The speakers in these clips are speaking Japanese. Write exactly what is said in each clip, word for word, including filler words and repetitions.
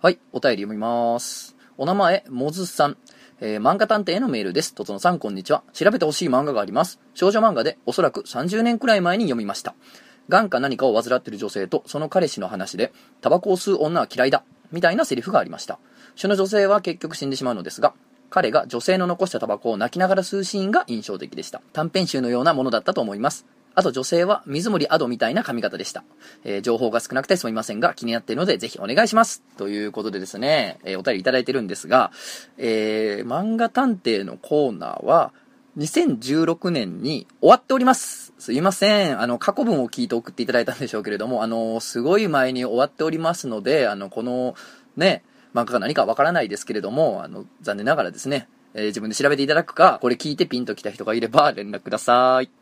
はい、お便り読みます。お名前、もずさん。えー、漫画探偵へのメールです。とつのさん、こんにちは。調べてほしい漫画があります。少女漫画で、おそらくさんじゅうねんくらい前に読みました。癌か何かを患っている女性とその彼氏の話で、タバコを吸う女は嫌いだ、みたいなセリフがありました。その女性は結局死んでしまうのですが、彼が女性の残したタバコを泣きながら吸うシーンが印象的でした。短編集のようなものだったと思います。あと女性は水森アドみたいな髪型でした。えー、情報が少なくてすみませんが気になっているのでぜひお願いします。ということでですね、えー、お便りいただいてるんですが、えー、漫画探偵のコーナーはにせんじゅうろくねんに終わっております。すいません。あの、過去文を聞いて送っていただいたんでしょうけれども、あの、すごい前に終わっておりますので、あの、このね、漫画が何かわからないですけれども、あの、残念ながらですね、えー、自分で調べていただくか、これ聞いてピンときた人がいれば連絡ください。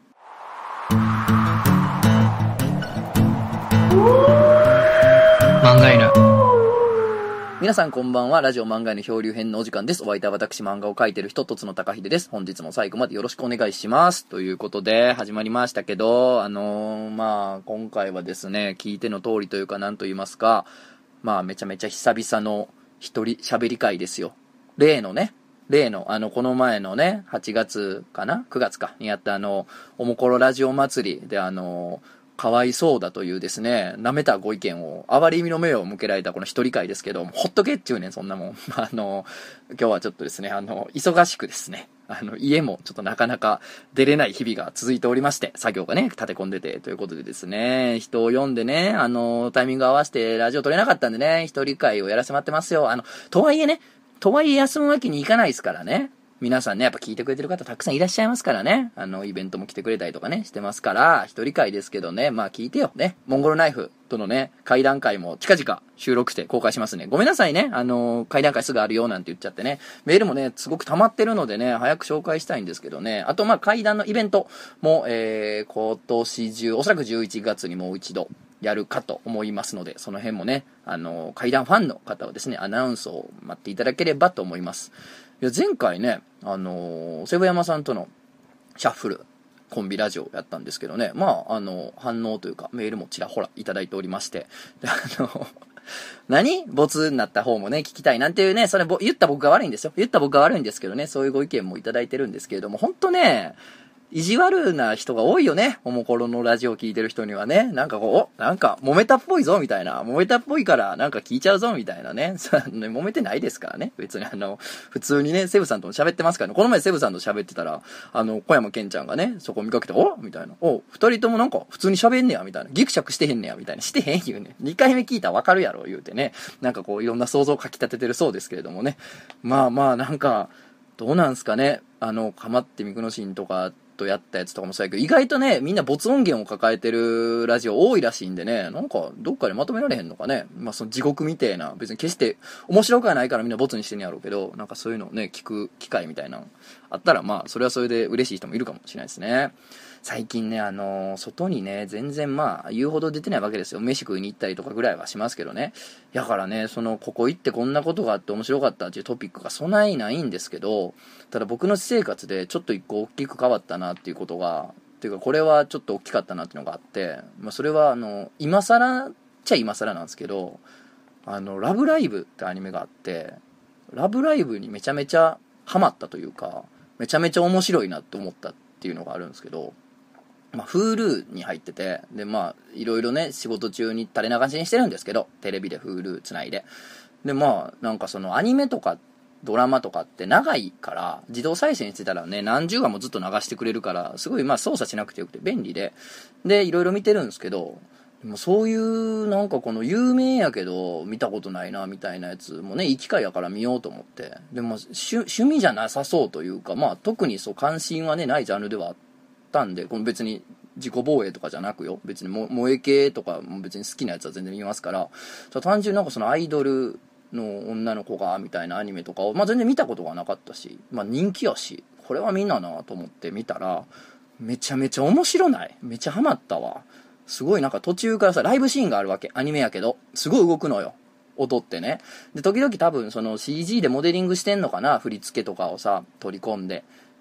漫画犬。 皆さんこんばんは。ラジオ漫画犬漂流編のお時間です。お相手は私漫画を描いてる人、とつのたかひでです。本日も最後までよろしくお願いします。ということで始まりましたけど、あのー、まあ今回はですね、聞いての通りというか何と言いますか、まあめちゃめちゃ久々の一人喋り会ですよ。例のね、例のあのこの前のね、はちがつかなくがつかにやったあのおもころラジオ祭りであのーかわいそうだというですね、舐めたご意見を、哀れみの目を向けられたこの一人会ですけど、ほっとけっちゅうねん、そんなもん。あの、今日はちょっとですね、あの、忙しくですね、あの、家もちょっとなかなか出れない日々が続いておりまして、作業がね、立て込んでて、ということでですね、人を呼んでね、あの、タイミング合わせてラジオ撮れなかったんでね、一人会をやらせてもらってますよ。あの、とはいえね、とはいえ休むわけにいかないですからね。皆さんね、やっぱ聞いてくれてる方たくさんいらっしゃいますからね。あの、イベントも来てくれたりとかね、してますから、一人会ですけどね、まあ聞いてよね。モンゴルナイフとのね、会談会も近々収録して公開しますね。ごめんなさいね。あの、会談会すぐあるよなんて言っちゃってね。メールもね、すごく溜まってるのでね、早く紹介したいんですけどね。あと、まあ会談のイベントも、えー、今年中、おそらくじゅういちがつにもう一度、やるかと思いますので、その辺もね、あの、怪談ファンの方はですね、アナウンスを待っていただければと思います。いや、前回ね、あの、セブ山さんとのシャッフル、コンビラジオをやったんですけどね、まあ、あの、反応というか、メールもちらほらいただいておりまして、で、あの、何ボツになった方もね、聞きたいなんていうね、それ言った僕が悪いんですよ。言った僕が悪いんですけどね、そういうご意見もいただいてるんですけれども、ほんとね、意地悪な人が多いよね。おもころのラジオ聞いてる人にはね。なんかこう、なんか揉めたっぽいぞみたいな。揉めたっぽいからなんか聞いちゃうぞみたいなね。揉めてないですからね。別にあの、普通にね、セブさんとも喋ってますからね。この前セブさんと喋ってたら、あの、小山健ちゃんがね、そこ見かけて、おみたいな。お二人ともなんか普通に喋んねやみたいな。ギクシャクしてへんねやみたいな。してへん言うね。二回目聞いたらわかるやろ言うてね。なんかこういろんな想像をかき立ててるそうですけれどもね。まあまあなんか、どうなんすかね。あの、かまってみくのしんとか、やったやつとかもそうやけど、意外とね、みんな没音源を抱えてるラジオ多いらしいんでね、なんかどっかでまとめられへんのかね。まあその地獄みてえな、別に決して面白くはないからみんなボツにしてんやろうけど、なんかそういうのをね、聞く機会みたいなのあったら、まあそれはそれで嬉しい人もいるかもしれないですね。最近ね、あのー、外にね、全然まあ言うほど出てないわけですよ。飯食いに行ったりとかぐらいはしますけどね。だからね、その、ここ行ってこんなことがあって面白かったっていうトピックがそないないんですけど、ただ僕の私生活でちょっと一個大きく変わったなっていうことが、っていうかこれはちょっと大きかったなっていうのがあって、まあそれはあの、今更っちゃ今更なんですけど、あの、ラブライブってアニメがあって、ラブライブにめちゃめちゃハマったというか、めちゃめちゃ面白いなって思ったっていうのがあるんですけど、まあ、Hulu に入ってて、で、まあ、いろいろね、仕事中に垂れ流しにしてるんですけど、テレビで Hulu つないで。で、まあ、なんかそのアニメとかドラマとかって長いから、自動再生してたらね、何十話もずっと流してくれるから、すごいまあ操作しなくてよくて便利で、で、いろいろ見てるんですけど、でもそういう、なんかこの有名やけど、見たことないな、みたいなやつもね、いい機会やから見ようと思って。でも、趣、趣味じゃなさそうというか、まあ、特にそう、関心はね、ないジャンルではあって、たんで、この別に自己防衛とかじゃなくよ、別にも萌え系とかも別に好きなやつは全然見ますから、単純になんかそのアイドルの女の子がみたいなアニメとかを、まあ、全然見たことがなかったし、まあ、人気やしこれはみんななと思って見たらめちゃめちゃ面白ない、めちゃハマったわ。すごいなんか途中からさ、ライブシーンがあるわけ、アニメやけどすごい動くのよ、踊ってね。で時々多分その シージー でモデリングしてんのかな、振り付けとかをさ取り込んで、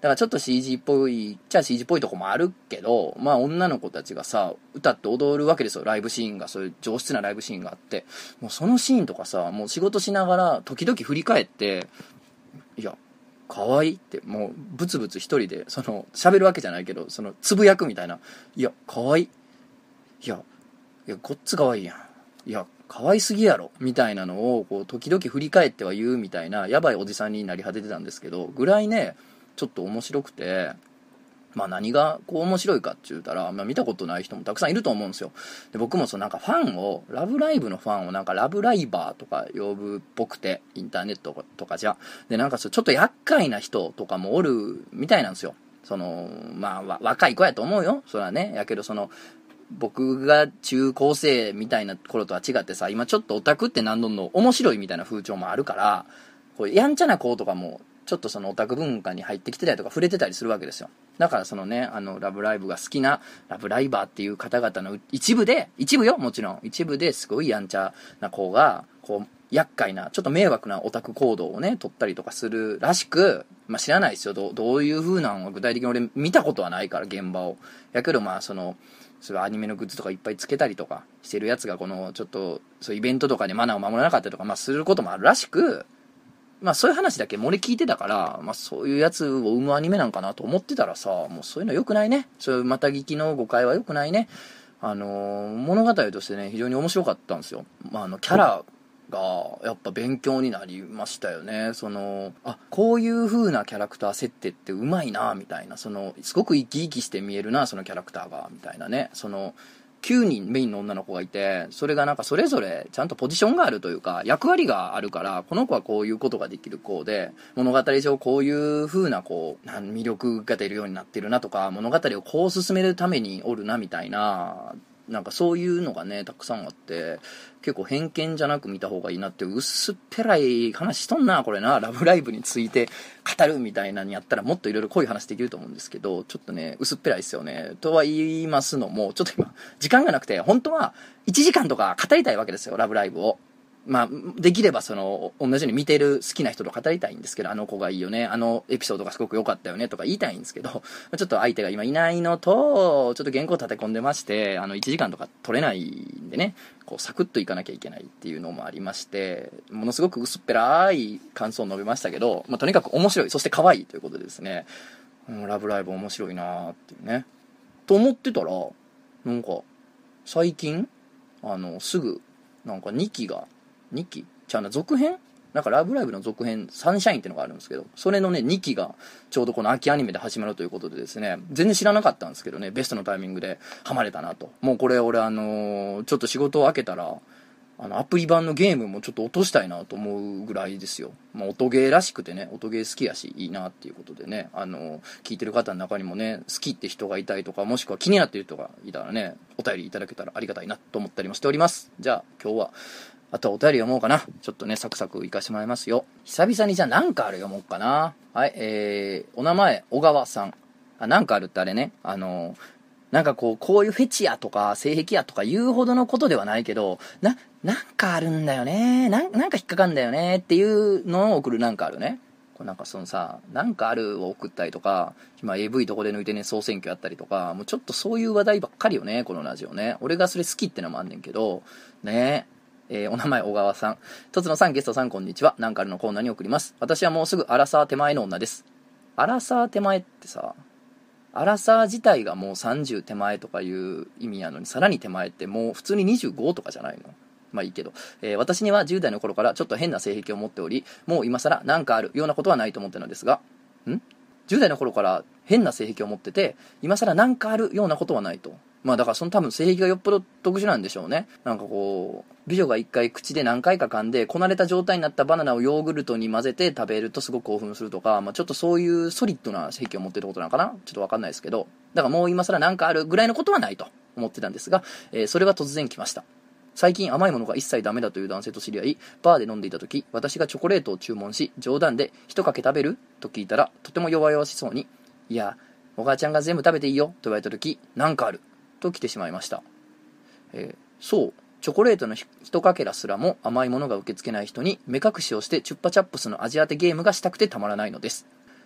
だからちょっと シージー っぽいっちゃ シージー っぽいとこもあるけど、まあ女の子たちがさ、歌って踊るわけですよ。ライブシーンが、そういう上質なライブシーンがあって。もうそのシーンとかさ、もう仕事しながら時々振り返って、いや、可愛いって、もうブツブツ一人で、その、喋るわけじゃないけど、その、つぶやくみたいな。いや、可愛い。いや、いや、こっち可愛いやん。いや、可愛すぎやろ。みたいなのを、こう、時々振り返っては言うみたいな、やばいおじさんになり果ててたんですけど、ぐらいね、ちょっと面白くて、まあ何がこう面白いかって言うたら、まあ見たことない人もたくさんいると思うんですよ。で、僕もそのなんかファンを、ラブライブのファンをなんかラブライバーとか呼ぶっぽくて、インターネットとかじゃ。で、なんかそうちょっと厄介な人とかもおるみたいなんですよ。その、まあ若い子やと思うよ。それはね。やけどその、僕が中高生みたいな頃とは違ってさ、今ちょっとオタクって何度も面白いみたいな風潮もあるから、こうやんちゃな子とかも、ちょっとそのオタク文化に入ってきてたりとか触れてたりするわけですよ。だからそのね、あの、ラブライブが好きなラブライバーっていう方々の一部で、一部よ、もちろん。一部ですごいやんちゃな子が、こう、厄介な、ちょっと迷惑なオタク行動をね、取ったりとかするらしく、まあ知らないですよ。どう、どういう風なのは具体的に俺見たことはないから、現場を。やけどまあその、そういうアニメのグッズとかいっぱいつけたりとかしてるやつが、この、ちょっと、そういうイベントとかでマナーを守らなかったりとか、まあすることもあるらしく、まあそういう話だけ漏れ聞いてたから、まあそういうやつを生むアニメなんかなと思ってたらさ、もうそういうの良くないね。そういうまた聞きの誤解は良くないね。あのー、物語としてね、非常に面白かったんですよ。まああの、キャラがやっぱ勉強になりましたよね。その、あ、こういう風なキャラクター設定ってうまいな、みたいな。その、すごく生き生きして見えるな、そのキャラクターが、みたいなね。その、きゅうにんメインの女の子がいて、それがなんかそれぞれちゃんとポジションがあるというか役割があるから、この子はこういうことができる子で、物語上こういう風なこう魅力が出るようになってるなとか、物語をこう進めるためにおるなみたいな、なんかそういうのがねたくさんあって、結構偏見じゃなく見た方がいいなっていう、薄っぺらい話しとんなこれな、ラブライブについて語るみたいなにやったらもっといろいろ濃い話できると思うんですけど、ちょっとね薄っぺらいですよね。とは言いますのも、ちょっと今時間がなくて、本当はいちじかんとか語りたいわけですよ、ラブライブを。まあ、できればその同じように見てる好きな人と語りたいんですけど、あの子がいいよね、あのエピソードがすごく良かったよねとか言いたいんですけど、ちょっと相手が今いないのと、ちょっと原稿立て込んでまして、あのいちじかんとか取れないんでね、こうサクッといかなきゃいけないっていうのもありまして、ものすごく薄っぺらい感想を述べましたけど、まあ、とにかく面白い、そして可愛いということでですね、うん、ラブライブ面白いなーっていうねと思ってたら、なんか最近あのすぐなんかにきがにきちゃうな、続編なんかラブライブの続編サンシャインっていうのがあるんですけど、それのねにきがちょうどこの秋アニメで始まるということでですね、全然知らなかったんですけどね、ベストのタイミングでハマれたなと。もうこれ俺あのー、ちょっと仕事を開けたらあのアプリ版のゲームもちょっと落としたいなと思うぐらいですよ。まあ、音ゲーらしくてね、音ゲー好きやしいいなっていうことでね、あのー、聞いてる方の中にもね好きって人がいたりとか、もしくは気になっている人がいたらね、お便りいただけたらありがたいなと思ったりもしております。じゃあ今日はあとはお便り読もうかな。ちょっとね、サクサク行かしてもらいますよ。久々にじゃあなんかある読もうかな。はい、えー、お名前、小川さん。あ、なんかあるってあれね、あのー、なんかこう、こういうフェチやとか、性癖やとか言うほどのことではないけど、な、なんかあるんだよね。なん、なんか引っかかんだよねっていうのを送るなんかあるね。これなんかそのさ、なんかあるを送ったりとか、今 エーブイ どこで抜いてね、総選挙やったりとか、もうちょっとそういう話題ばっかりよね、このラジオね。俺がそれ好きってのもあんねんけど、ねえー、お名前小川さん。とつのさん、ゲストさん、こんにちは。なんかあるのコーナーに送ります。私はもうすぐアラサー手前の女です。アラサー手前ってさ、アラサー自体がもうさんじゅう手前とかいう意味やのに、さらに手前ってもう普通ににじゅうごとかじゃないの？まあいいけど、えー、私にはじゅう代の頃からちょっと変な性癖を持っており、もう今更なんかあるようなことはないと思ってるのですが、ん ?じゅう 代の頃から変な性癖を持ってて、今更なんかあるようなことはないと。まあだからその多分性癖がよっぽど特殊なんでしょうね。なんかこう、美女が一回口で何回か噛んでこなれた状態になったバナナをヨーグルトに混ぜて食べるとすごく興奮するとか、まあちょっとそういうソリッドな性癖を持ってることなのかな、ちょっとわかんないですけど、だからもう今更なんかあるぐらいのことはないと思ってたんですが、えー、それが突然来ました。最近甘いものが一切ダメだという男性と知り合い、バーで飲んでいた時、私がチョコレートを注文し、冗談で一かけ食べると聞いたら、とても弱々しそうに、いや、お母ちゃんが全部食べていいよと言われた時、なんかあると来てしまいました。えー、そうチョコレートの一かけらすらも甘いものが受け付けない人に目隠しをしてチュッパチャップスの味当てゲームがしたくてたまらないのです。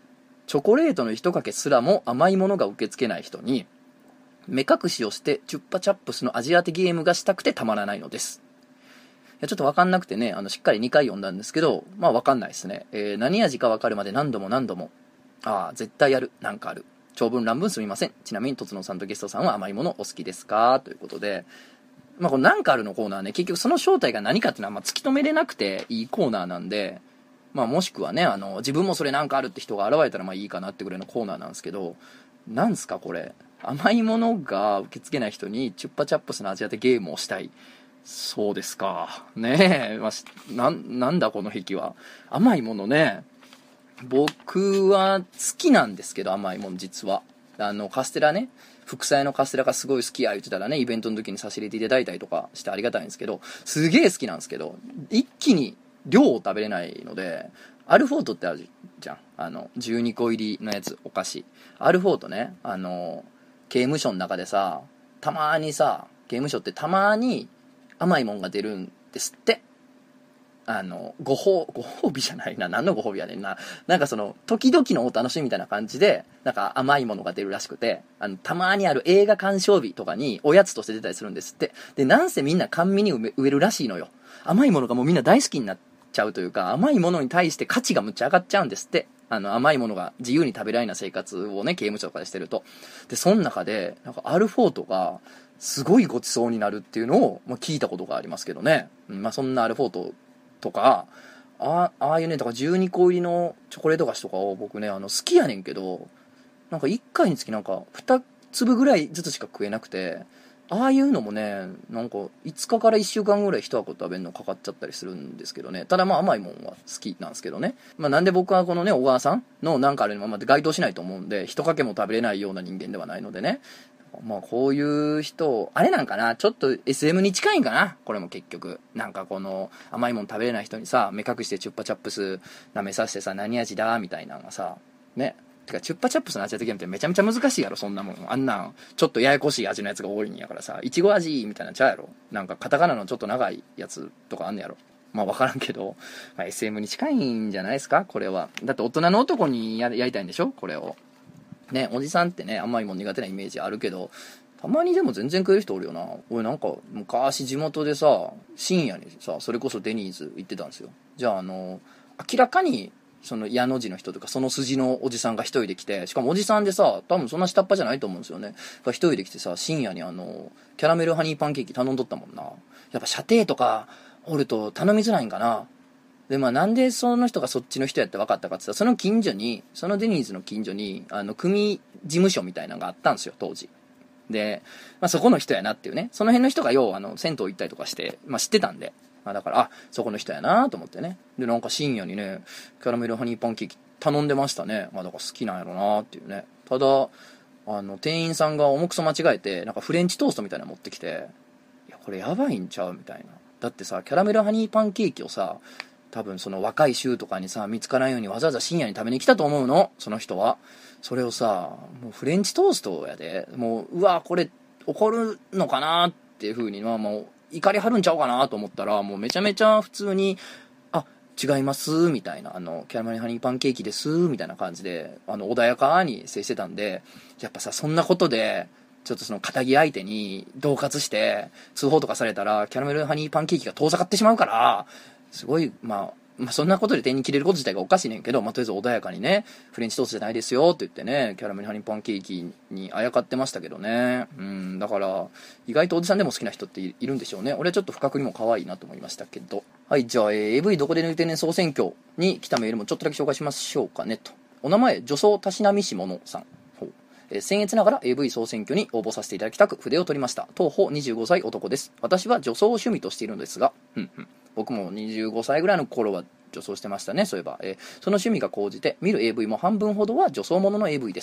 チョコレートの一かけすらも甘いものが受け付けない人に、目隠しをしてチュッパチャップスの味当てゲームがしたくてたまらないのです。いやちょっとわかんなくてね、あのしっかりにかい読んだんですけど、まあわかんないですね。えー、何味かわかるまで何度も何度も、ああ絶対やる、なんかある、長文乱文すみません。ちなみにとつのさんとゲストさんは甘いものお好きですか、ということで、まあこのなんかあるのコーナーね、結局その正体が何かっていうのはまあ突き止めれなくていいコーナーなんで、まあもしくはね、あの自分もそれなんかあるって人が現れたらまあいいかなってぐらいのコーナーなんですけど、なんすかこれ、甘いものが受け付けない人にチュッパチャップスの味当てゲームをしたい。そうですかねえ、まあ、な, なんだこの癖は。甘いものね、僕は好きなんですけど、甘いもの実はあのカステラね、副菜のカステラがすごい好きや言ってたらね、イベントの時に差し入れていただいたりとかしてありがたいんですけど、すげえ好きなんですけど、一気に量を食べれないので、アルフォートってあるじゃん、あのじゅうにこ入りのやつ、お菓子アルフォートね、あの刑務所の中でさ、たまーにさ、刑務所ってたまーに甘いもんが出るんですって。あのご褒ご褒美じゃないな、何のご褒美やねんな、なんかその時々のお楽しみみたいな感じで、なんか甘いものが出るらしくて、あのたまーにある映画鑑賞日とかにおやつとして出たりするんですって。でなんせみんな甘味に植えるらしいのよ。甘いものがもうみんな大好きになっちゃうというか、甘いものに対して価値がむっちゃ上がっちゃうんですって。あの甘いものが自由に食べられない生活をね、刑務所とかでしてると。でその中でなんかアルフォートがすごいごちそうになるっていうのを、まあ、聞いたことがありますけどね、うん、まあそんなアルフォートとか、あ, ああいうね、だからじゅうにこ入りのチョコレート菓子とかを僕ね、あの好きやねんけど、なんかいっかいにつきなんかに粒ぐらいずつしか食えなくて、ああいうのもね、なんかいつかからいっしゅうかんぐらい一箱食べるのかかっちゃったりするんですけどね。ただまあ甘いもんは好きなんですけどね。まあなんで僕はこのね、小川さんのなんかあれにもまだ該当しないと思うんで、一かけも食べれないような人間ではないのでね。まあこういう人、あれなんかな、ちょっと エスエム に近いんかな、これも結局。なんかこの甘いもん食べれない人にさ、目隠してチュッパチャップス舐めさせてさ、何味だみたいなのがさ、ね。てかチュッパチャップスの味当てゲームってめちゃめちゃ難しいやろ、そんなもん。あんなんちょっとややこしい味のやつが多いんやからさ、いちご味みたいなちゃうやろ。なんかカタカナのちょっと長いやつとかあんねやろ。まあ分からんけど、まあ、エスエム に近いんじゃないですか、これは。だって大人の男に や, やりたいんでしょ、これをね。おじさんってね、甘いもん苦手なイメージあるけど、たまにでも全然食える人おるよな。俺なんか昔地元でさ、深夜にさ、それこそデニーズ行ってたんですよ。じゃああの明らかにその矢の字の人とかその筋のおじさんが一人で来て、しかもおじさんでさ、多分そんな下っ端じゃないと思うんですよね。が一人で来てさ、深夜にあのキャラメルハニーパンケーキ頼んどったもんな。やっぱ射程とかおると頼みづらいんかな。でまあなんでその人がそっちの人やって分かったかって言ったら、その近所に、そのデニーズの近所にあの組事務所みたいなのがあったんですよ、当時で。まあそこの人やなっていうね、その辺の人がようあの銭湯行ったりとかして、まあ知ってたんで、まあ、だからあそこの人やなと思ってね。でなんか深夜にね、キャラメルハニーパンケーキ頼んでましたね。まあだから好きなんやろなっていうね。ただあの店員さんが重くそ間違えて、なんかフレンチトーストみたいなの持ってきて、いやこれやばいんちゃうみたいな。だってさ、キャラメルハニーパンケーキをさ、多分その若い衆とかにさ見つからんようにわざわざ深夜に食べに来たと思うの、その人は。それをさ、もうフレンチトーストやで、もううわこれ怒るのかなっていう風に、まあもう怒りはるんちゃうかなと思ったら、もうめちゃめちゃ普通に、あ違いますみたいな、あのキャラメルハニーパンケーキですみたいな感じで、あの穏やかに接してたんで、やっぱさそんなことでちょっとその仇相手に恫喝して通報とかされたら、キャラメルハニーパンケーキが遠ざかってしまうから、すごいまあまあ、そんなことで店に切れること自体がおかしいねんけど、まあ、とりあえず穏やかにね、フレンチトーストじゃないですよって言ってね、キャラメルハニーパンケーキにあやかってましたけどね。うん、だから意外とおじさんでも好きな人っているんでしょうね。俺はちょっと不覚にも可愛いなと思いましたけど。はい、じゃあ、えー、エーブイ どこで抜いてんねん総選挙に来たメールもちょっとだけ紹介しましょうかねと。お名前女装たしなみしものさん。ほう、えー、僭越ながら エーブイ 総選挙に応募させていただきたく筆を取りました。当方にじゅうごさい男です。私は女装を趣味としているのですが、うんうん、僕もにじゅうごさいぐらいの頃は女装してましたね。そういえば、えー、その趣味が高じて見る エーブイ も半分ほどは女装ものの エーブイ です。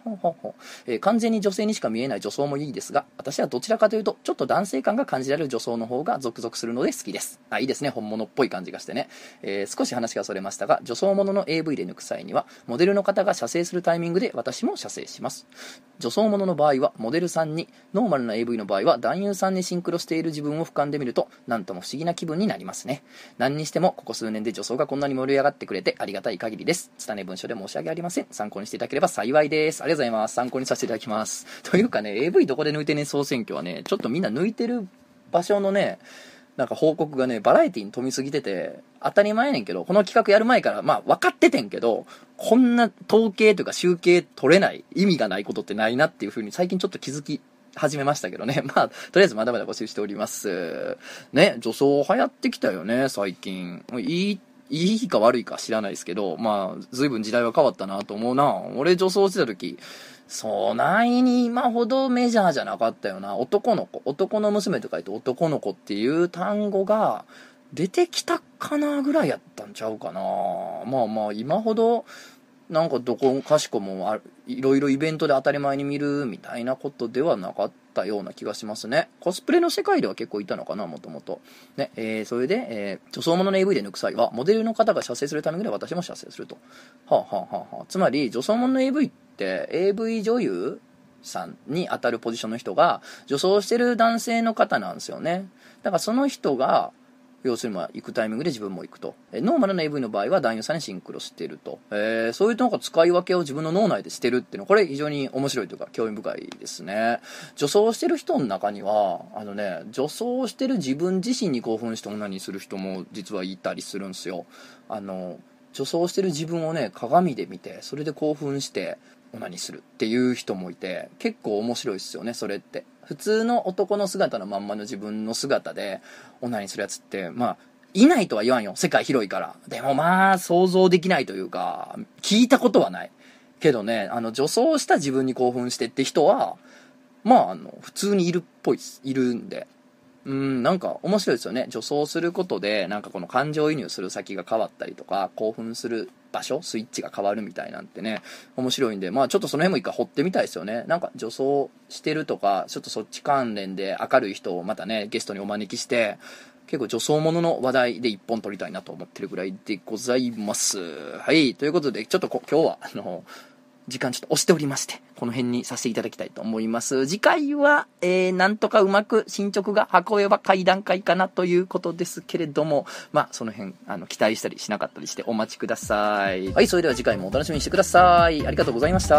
ほうほうほう。えー、完全に女性にしか見えない女装もいいですが、私はどちらかというと、ちょっと男性感が感じられる女装の方が続々するので好きです。あ、いいですね。本物っぽい感じがしてね。えー、少し話がそれましたが、女装ものの エーブイ で抜く際には、モデルの方が射精するタイミングで私も射精します。女装ものの場合は、モデルさんに、ノーマルな エーブイ の場合は、男優さんにシンクロしている自分を俯瞰で見ると、なんとも不思議な気分になりますね。何にしても、ここ数年で女装がこんなに盛り上がってくれてありがたい限りです。拙い文章で申し訳ありません。参考にしていただければ幸いです。ありがとうございます。参考にさせていただきます。というかね、エーブイ どこで抜いてね総選挙はね、ちょっとみんな抜いてる場所のね、なんか報告がね、バラエティに飛びすぎてて、当たり前やねんけど、この企画やる前から、まあ分かっててんけど、こんな統計というか集計取れない、意味がないことってないなっていう風に最近ちょっと気づき始めましたけどね。まあ、とりあえずまだまだ募集しております。ね、女装流行ってきたよね、最近。いい、いいか悪いか知らないですけど、まあ、随分時代は変わったなと思うな。俺女装してた時、そないに今ほどメジャーじゃなかったよな。男の子、男の娘と書いて男の子っていう単語が出てきたかなぐらいやったんちゃうかな。まあまあ今ほどなんかどこかしこもあいろいろイベントで当たり前に見るみたいなことではなかったような気がしますね。コスプレの世界では結構いたのかな、もともと。ね、えー、それで、えー、女装ものの エーブイ で抜く際は、モデルの方が射精するために私も射精すると。はあ、はあはあはあ、つまり、女装ものの エーブイ って、エーブイ 女優さんに当たるポジションの人が、女装してる男性の方なんですよね。だからその人が、要するにまあ行くタイミングで自分も行くと。えノーマルな エーブイ の場合は男優さんにシンクロしていると。えー、そういうなんか使い分けを自分の脳内でしてるっていうのは、これ非常に面白いというか興味深いですね。女装してる人の中には、あのね、女装してる自分自身に興奮してオナニーする人も実はいたりするんですよ。あの、女装してる自分をね、鏡で見て、それで興奮してオナニーするっていう人もいて、結構面白いですよね、それって。普通の男の姿のまんまの自分の姿でオナニーするやつって、まあ、いないとは言わんよ。世界広いから。でもまあ、想像できないというか、聞いたことはない。けどね、あの、女装した自分に興奮してって人は、まあ、あの、普通にいるっぽいです。いるんで。うん、なんか面白いですよね。女装することで、なんかこの感情移入する先が変わったりとか、興奮する場所、スイッチが変わるみたいなんてね、面白いんで、まあちょっとその辺も一回掘ってみたいですよね。なんか女装してるとか、ちょっとそっち関連で明るい人をまたね、ゲストにお招きして、結構女装ものの話題で一本取りたいなと思ってるぐらいでございます。はい、ということで、ちょっとこ今日は、あの、時間ちょっと押しておりまして、この辺にさせていただきたいと思います。次回は、えー、なんとかうまく進捗が運べば会談会かなということですけれども、まあ、その辺、あの、期待したりしなかったりしてお待ちください。はい、それでは次回もお楽しみにしてください。ありがとうございました。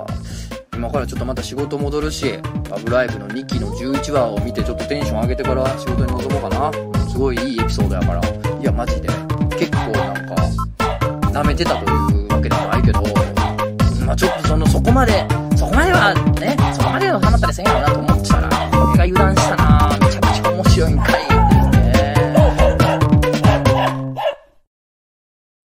今からちょっとまた仕事戻るし、ラブライブのにきのじゅういちわを見てちょっとテンション上げてから仕事に臨もうかな。すごいいいエピソードやから。いや、マジで。結構なんか、舐めてたというわけでもないけど、まあちょっとその、そこまで、そこまではね、そこまではハマったりせんやろなと思ってたら、これが油断したな。めちゃくちゃ面白いんかい。